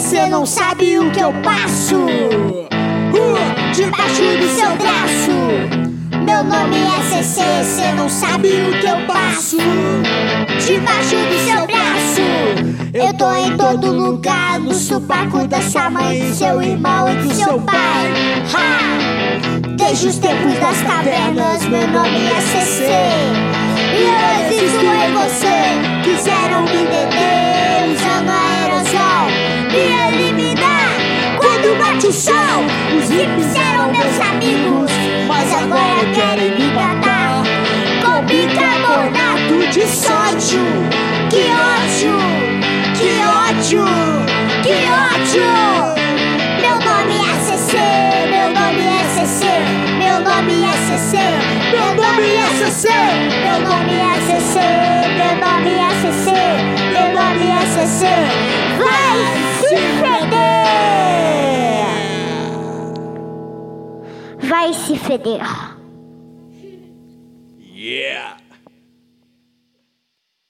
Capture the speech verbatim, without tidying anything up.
cê não sabe o que eu passo uh, debaixo do seu braço. Meu nome é C C, cê não sabe o que eu passo debaixo do seu braço. Eu tô em todo lugar, no sovaco da sua mãe, do seu irmão e do seu pai. Ha! Desde os tempos das cavernas, meu nome é C C e eu existo em você. Quiseram me deter usando aerosol, me eliminar quando bate o sol. Os hippies eram meus amigos, mas agora querem me matar com bicarbonato de sódio. Que ódio, que ódio, que ódio. Meu nome é C C, meu nome é C C, meu nome é C C, meu nome é C C, meu nome é C C, meu nome é C C, meu nome é C C. Vai se feder! Vai se feder! Yeah!